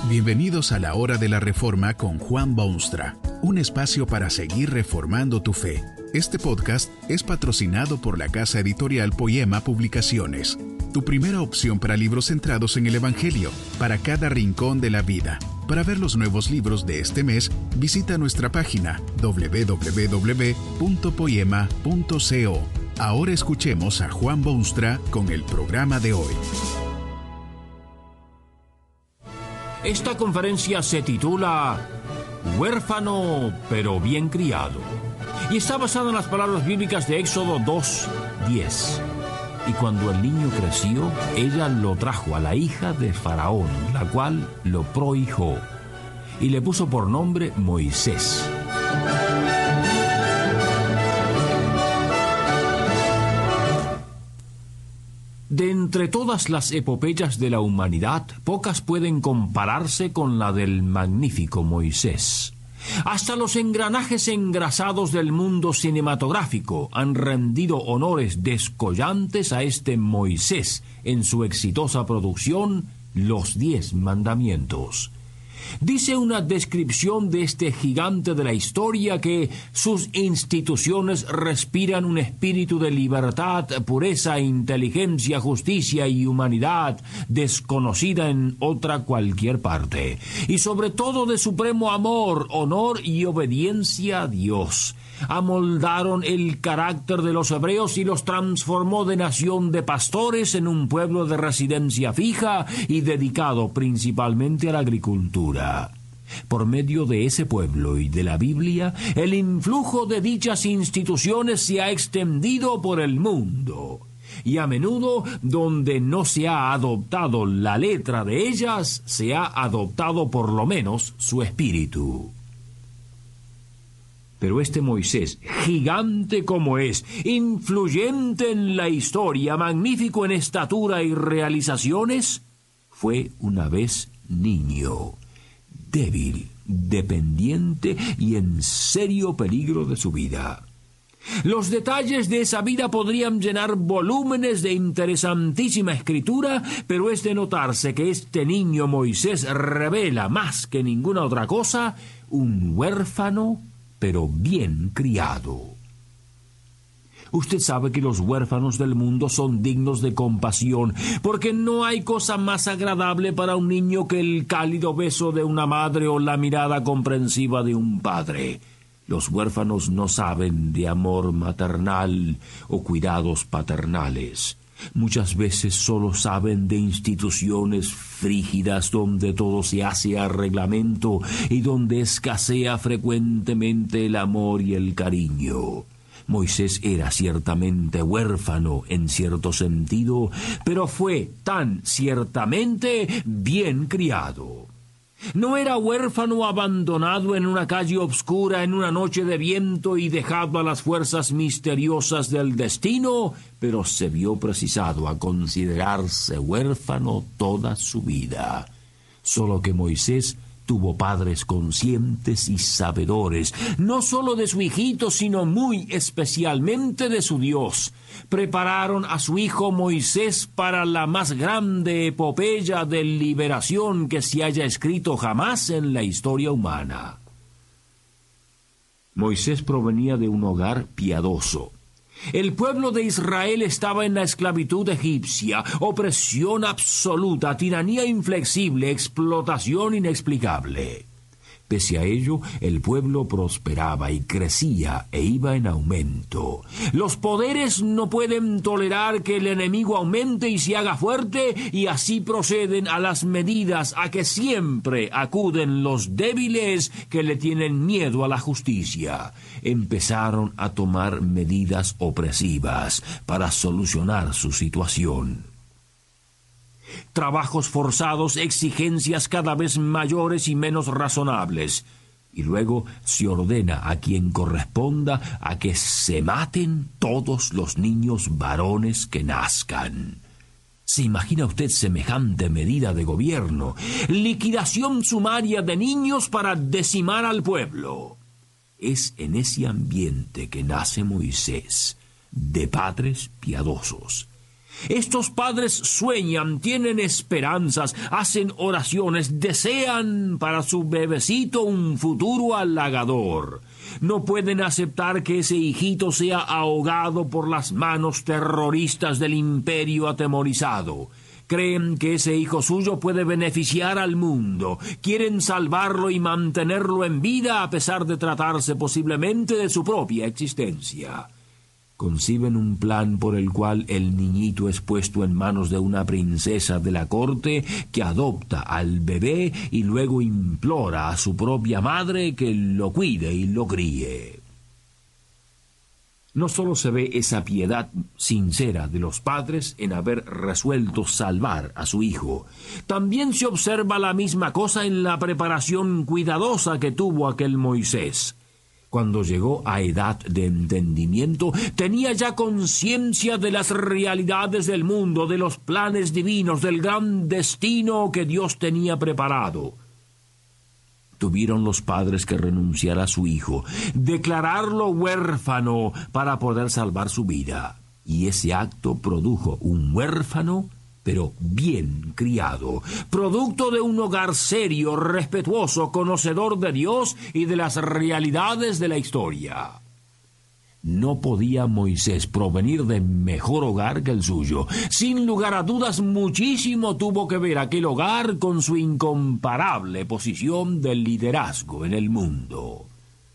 Bienvenidos a la Hora de la Reforma con Juan Boonstra, un espacio para seguir reformando tu fe. Este podcast es patrocinado por la casa editorial Poema Publicaciones, tu primera opción para libros centrados en el Evangelio, para cada rincón de la vida. Para ver los nuevos libros de este mes, visita nuestra página www.poema.co. Ahora escuchemos a Juan Boonstra con el programa de hoy. Esta conferencia se titula Huérfano pero bien criado y está basada en las palabras bíblicas de Éxodo 2:10. Y cuando el niño creció, ella lo trajo a la hija de Faraón, la cual lo prohijó y le puso por nombre Moisés. De entre todas las epopeyas de la humanidad, pocas pueden compararse con la del magnífico Moisés. Hasta los engranajes engrasados del mundo cinematográfico han rendido honores descollantes a este Moisés en su exitosa producción, Los 10 Mandamientos. Dice una descripción de este gigante de la historia que sus instituciones respiran un espíritu de libertad, pureza, inteligencia, justicia y humanidad desconocida en otra cualquier parte, y sobre todo de supremo amor, honor y obediencia a Dios. Amoldaron el carácter de los hebreos y los transformó de nación de pastores en un pueblo de residencia fija y dedicado principalmente a la agricultura. Por medio de ese pueblo y de la Biblia, el influjo de dichas instituciones se ha extendido por el mundo. Y a menudo, donde no se ha adoptado la letra de ellas, se ha adoptado por lo menos su espíritu. Pero este Moisés, gigante como es, influyente en la historia, magnífico en estatura y realizaciones, fue una vez niño, débil, dependiente y en serio peligro de su vida. Los detalles de esa vida podrían llenar volúmenes de interesantísima escritura, pero es de notarse que este niño Moisés revela más que ninguna otra cosa un huérfano pero bien criado. Usted sabe que los huérfanos del mundo son dignos de compasión, porque no hay cosa más agradable para un niño que el cálido beso de una madre o la mirada comprensiva de un padre. Los huérfanos no saben de amor maternal o cuidados paternales. Muchas veces solo saben de instituciones frígidas donde todo se hace a reglamento y donde escasea frecuentemente el amor y el cariño. Moisés era ciertamente huérfano en cierto sentido, pero fue tan ciertamente bien criado. No era huérfano abandonado en una calle obscura en una noche de viento y dejado a las fuerzas misteriosas del destino, pero se vio precisado a considerarse huérfano toda su vida. Solo que Moisés tuvo padres conscientes y sabedores, no solo de su hijito, sino muy especialmente de su Dios. Prepararon a su hijo Moisés para la más grande epopeya de liberación que se haya escrito jamás en la historia humana. Moisés provenía de un hogar piadoso. El pueblo de Israel estaba en la esclavitud egipcia, opresión absoluta, tiranía inflexible, explotación inexplicable. Pese a ello, el pueblo prosperaba y crecía e iba en aumento. Los poderes no pueden tolerar que el enemigo aumente y se haga fuerte, y así proceden a las medidas a que siempre acuden los débiles que le tienen miedo a la justicia. Empezaron a tomar medidas opresivas para solucionar su situación. Trabajos forzados, exigencias cada vez mayores y menos razonables. Y luego se ordena a quien corresponda a que se maten todos los niños varones que nazcan. ¿Se imagina usted semejante medida de gobierno? Liquidación sumaria de niños para decimar al pueblo. Es en ese ambiente que nace Moisés, de padres piadosos. Estos padres sueñan, tienen esperanzas, hacen oraciones, desean para su bebecito un futuro halagador. No pueden aceptar que ese hijito sea ahogado por las manos terroristas del imperio atemorizado. Creen que ese hijo suyo puede beneficiar al mundo. Quieren salvarlo y mantenerlo en vida a pesar de tratarse posiblemente de su propia existencia. Conciben un plan por el cual el niñito es puesto en manos de una princesa de la corte que adopta al bebé y luego implora a su propia madre que lo cuide y lo críe. No solo se ve esa piedad sincera de los padres en haber resuelto salvar a su hijo, también se observa la misma cosa en la preparación cuidadosa que tuvo aquel Moisés. Cuando llegó a edad de entendimiento, tenía ya conciencia de las realidades del mundo, de los planes divinos, del gran destino que Dios tenía preparado. Tuvieron los padres que renunciar a su hijo, declararlo huérfano para poder salvar su vida. Y ese acto produjo un huérfano, pero bien criado, producto de un hogar serio, respetuoso, conocedor de Dios y de las realidades de la historia. No podía Moisés provenir de mejor hogar que el suyo. Sin lugar a dudas, muchísimo tuvo que ver aquel hogar con su incomparable posición de liderazgo en el mundo.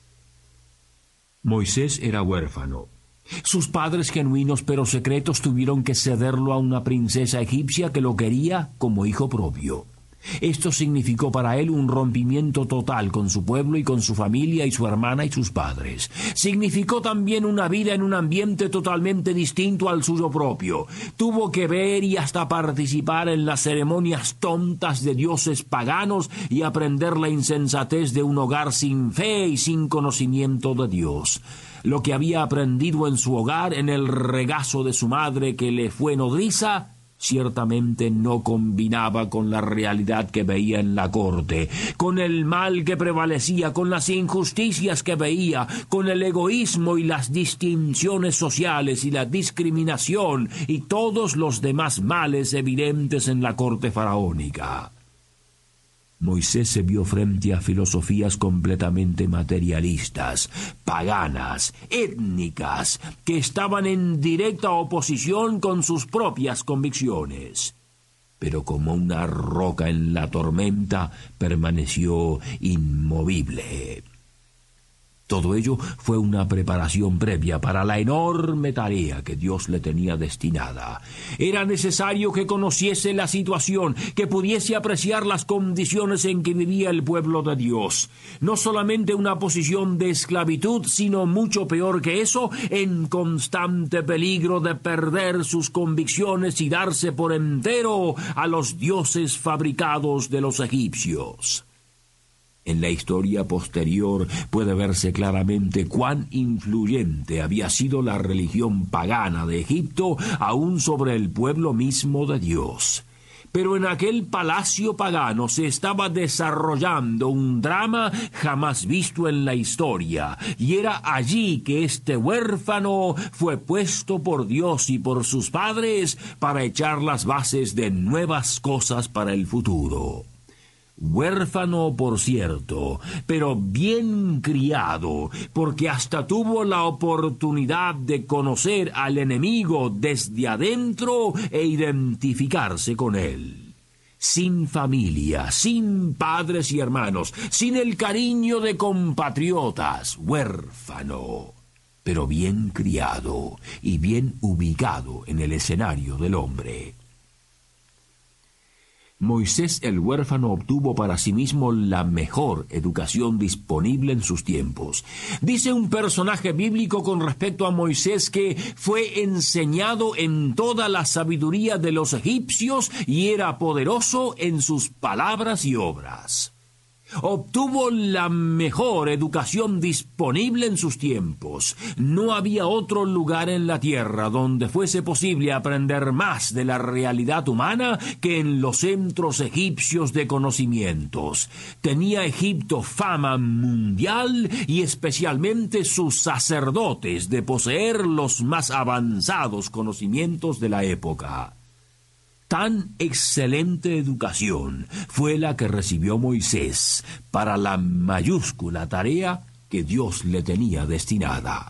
Moisés era huérfano. Sus padres genuinos pero secretos tuvieron que cederlo a una princesa egipcia que lo quería como hijo propio. Esto significó para él un rompimiento total con su pueblo y con su familia y su hermana y sus padres. Significó también una vida en un ambiente totalmente distinto al suyo propio. Tuvo que ver y hasta participar en las ceremonias tontas de dioses paganos y aprender la insensatez de un hogar sin fe y sin conocimiento de Dios. Lo que había aprendido en su hogar, en el regazo de su madre que le fue nodriza, ciertamente no combinaba con la realidad que veía en la corte, con el mal que prevalecía, con las injusticias que veía, con el egoísmo y las distinciones sociales y la discriminación y todos los demás males evidentes en la corte faraónica. Moisés se vio frente a filosofías completamente materialistas, paganas, étnicas, que estaban en directa oposición con sus propias convicciones. Pero como una roca en la tormenta, permaneció inmovible. Todo ello fue una preparación previa para la enorme tarea que Dios le tenía destinada. Era necesario que conociese la situación, que pudiese apreciar las condiciones en que vivía el pueblo de Dios. No solamente una posición de esclavitud, sino mucho peor que eso, en constante peligro de perder sus convicciones y darse por entero a los dioses fabricados de los egipcios. En la historia posterior puede verse claramente cuán influyente había sido la religión pagana de Egipto aún sobre el pueblo mismo de Dios. Pero en aquel palacio pagano se estaba desarrollando un drama jamás visto en la historia, y era allí que este huérfano fue puesto por Dios y por sus padres para echar las bases de nuevas cosas para el futuro. Huérfano, por cierto, pero bien criado, porque hasta tuvo la oportunidad de conocer al enemigo desde adentro e identificarse con él. Sin familia, sin padres y hermanos, sin el cariño de compatriotas, huérfano, pero bien criado y bien ubicado en el escenario del hombre. Moisés el huérfano obtuvo para sí mismo la mejor educación disponible en sus tiempos. Dice un personaje bíblico con respecto a Moisés que fue enseñado en toda la sabiduría de los egipcios y era poderoso en sus palabras y obras. Obtuvo la mejor educación disponible en sus tiempos. No había otro lugar en la tierra donde fuese posible aprender más de la realidad humana que en los centros egipcios de conocimientos. Tenía Egipto fama mundial y especialmente sus sacerdotes de poseer los más avanzados conocimientos de la época. Tan excelente educación fue la que recibió Moisés para la mayúscula tarea que Dios le tenía destinada.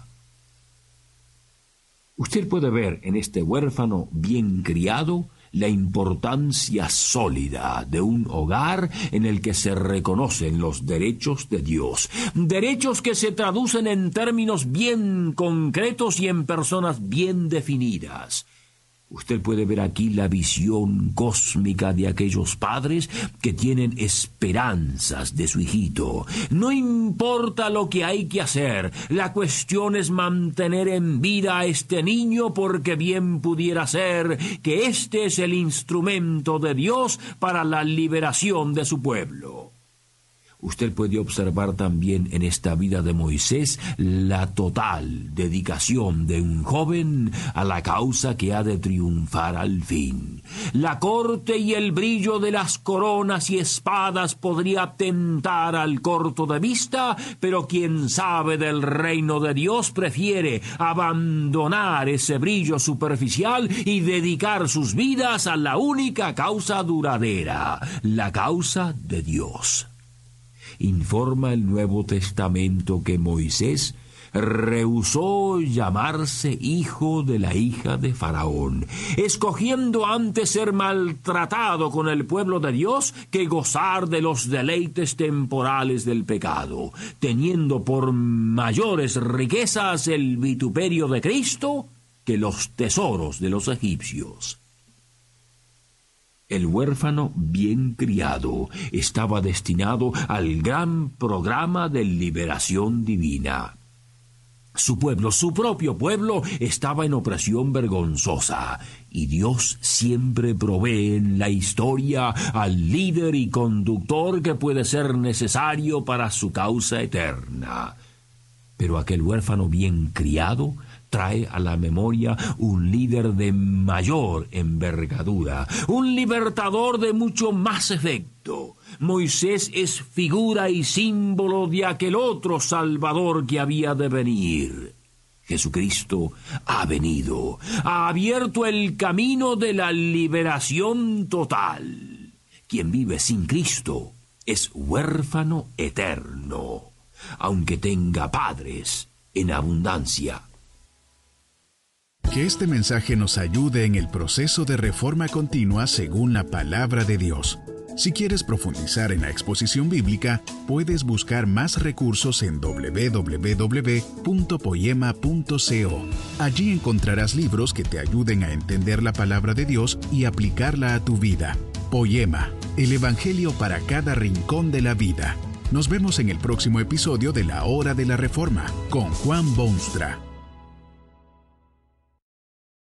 Usted puede ver en este huérfano bien criado la importancia sólida de un hogar en el que se reconocen los derechos de Dios, derechos que se traducen en términos bien concretos y en personas bien definidas. Usted puede ver aquí la visión cósmica de aquellos padres que tienen esperanzas de su hijito. No importa lo que hay que hacer, la cuestión es mantener en vida a este niño, porque bien pudiera ser que este es el instrumento de Dios para la liberación de su pueblo. Usted puede observar también en esta vida de Moisés la total dedicación de un joven a la causa que ha de triunfar al fin. La corte y el brillo de las coronas y espadas podría tentar al corto de vista, pero quien sabe del reino de Dios prefiere abandonar ese brillo superficial y dedicar sus vidas a la única causa duradera, la causa de Dios. Informa el Nuevo Testamento que Moisés rehusó llamarse hijo de la hija de Faraón, escogiendo antes ser maltratado con el pueblo de Dios que gozar de los deleites temporales del pecado, teniendo por mayores riquezas el vituperio de Cristo que los tesoros de los egipcios. El huérfano bien criado estaba destinado al gran programa de liberación divina. Su pueblo, su propio pueblo, estaba en opresión vergonzosa, y Dios siempre provee en la historia al líder y conductor que puede ser necesario para su causa eterna. Pero aquel huérfano bien criado trae a la memoria un líder de mayor envergadura, un libertador de mucho más efecto. Moisés es figura y símbolo de aquel otro Salvador que había de venir. Jesucristo ha venido, ha abierto el camino de la liberación total. Quien vive sin Cristo es huérfano eterno, aunque tenga padres en abundancia. Que este mensaje nos ayude en el proceso de reforma continua según la palabra de Dios. Si quieres profundizar en la exposición bíblica, puedes buscar más recursos en www.poema.co. Allí encontrarás libros que te ayuden a entender la palabra de Dios y aplicarla a tu vida. Poema, el Evangelio para cada rincón de la vida. Nos vemos en el próximo episodio de La Hora de la Reforma con Juan Boonstra.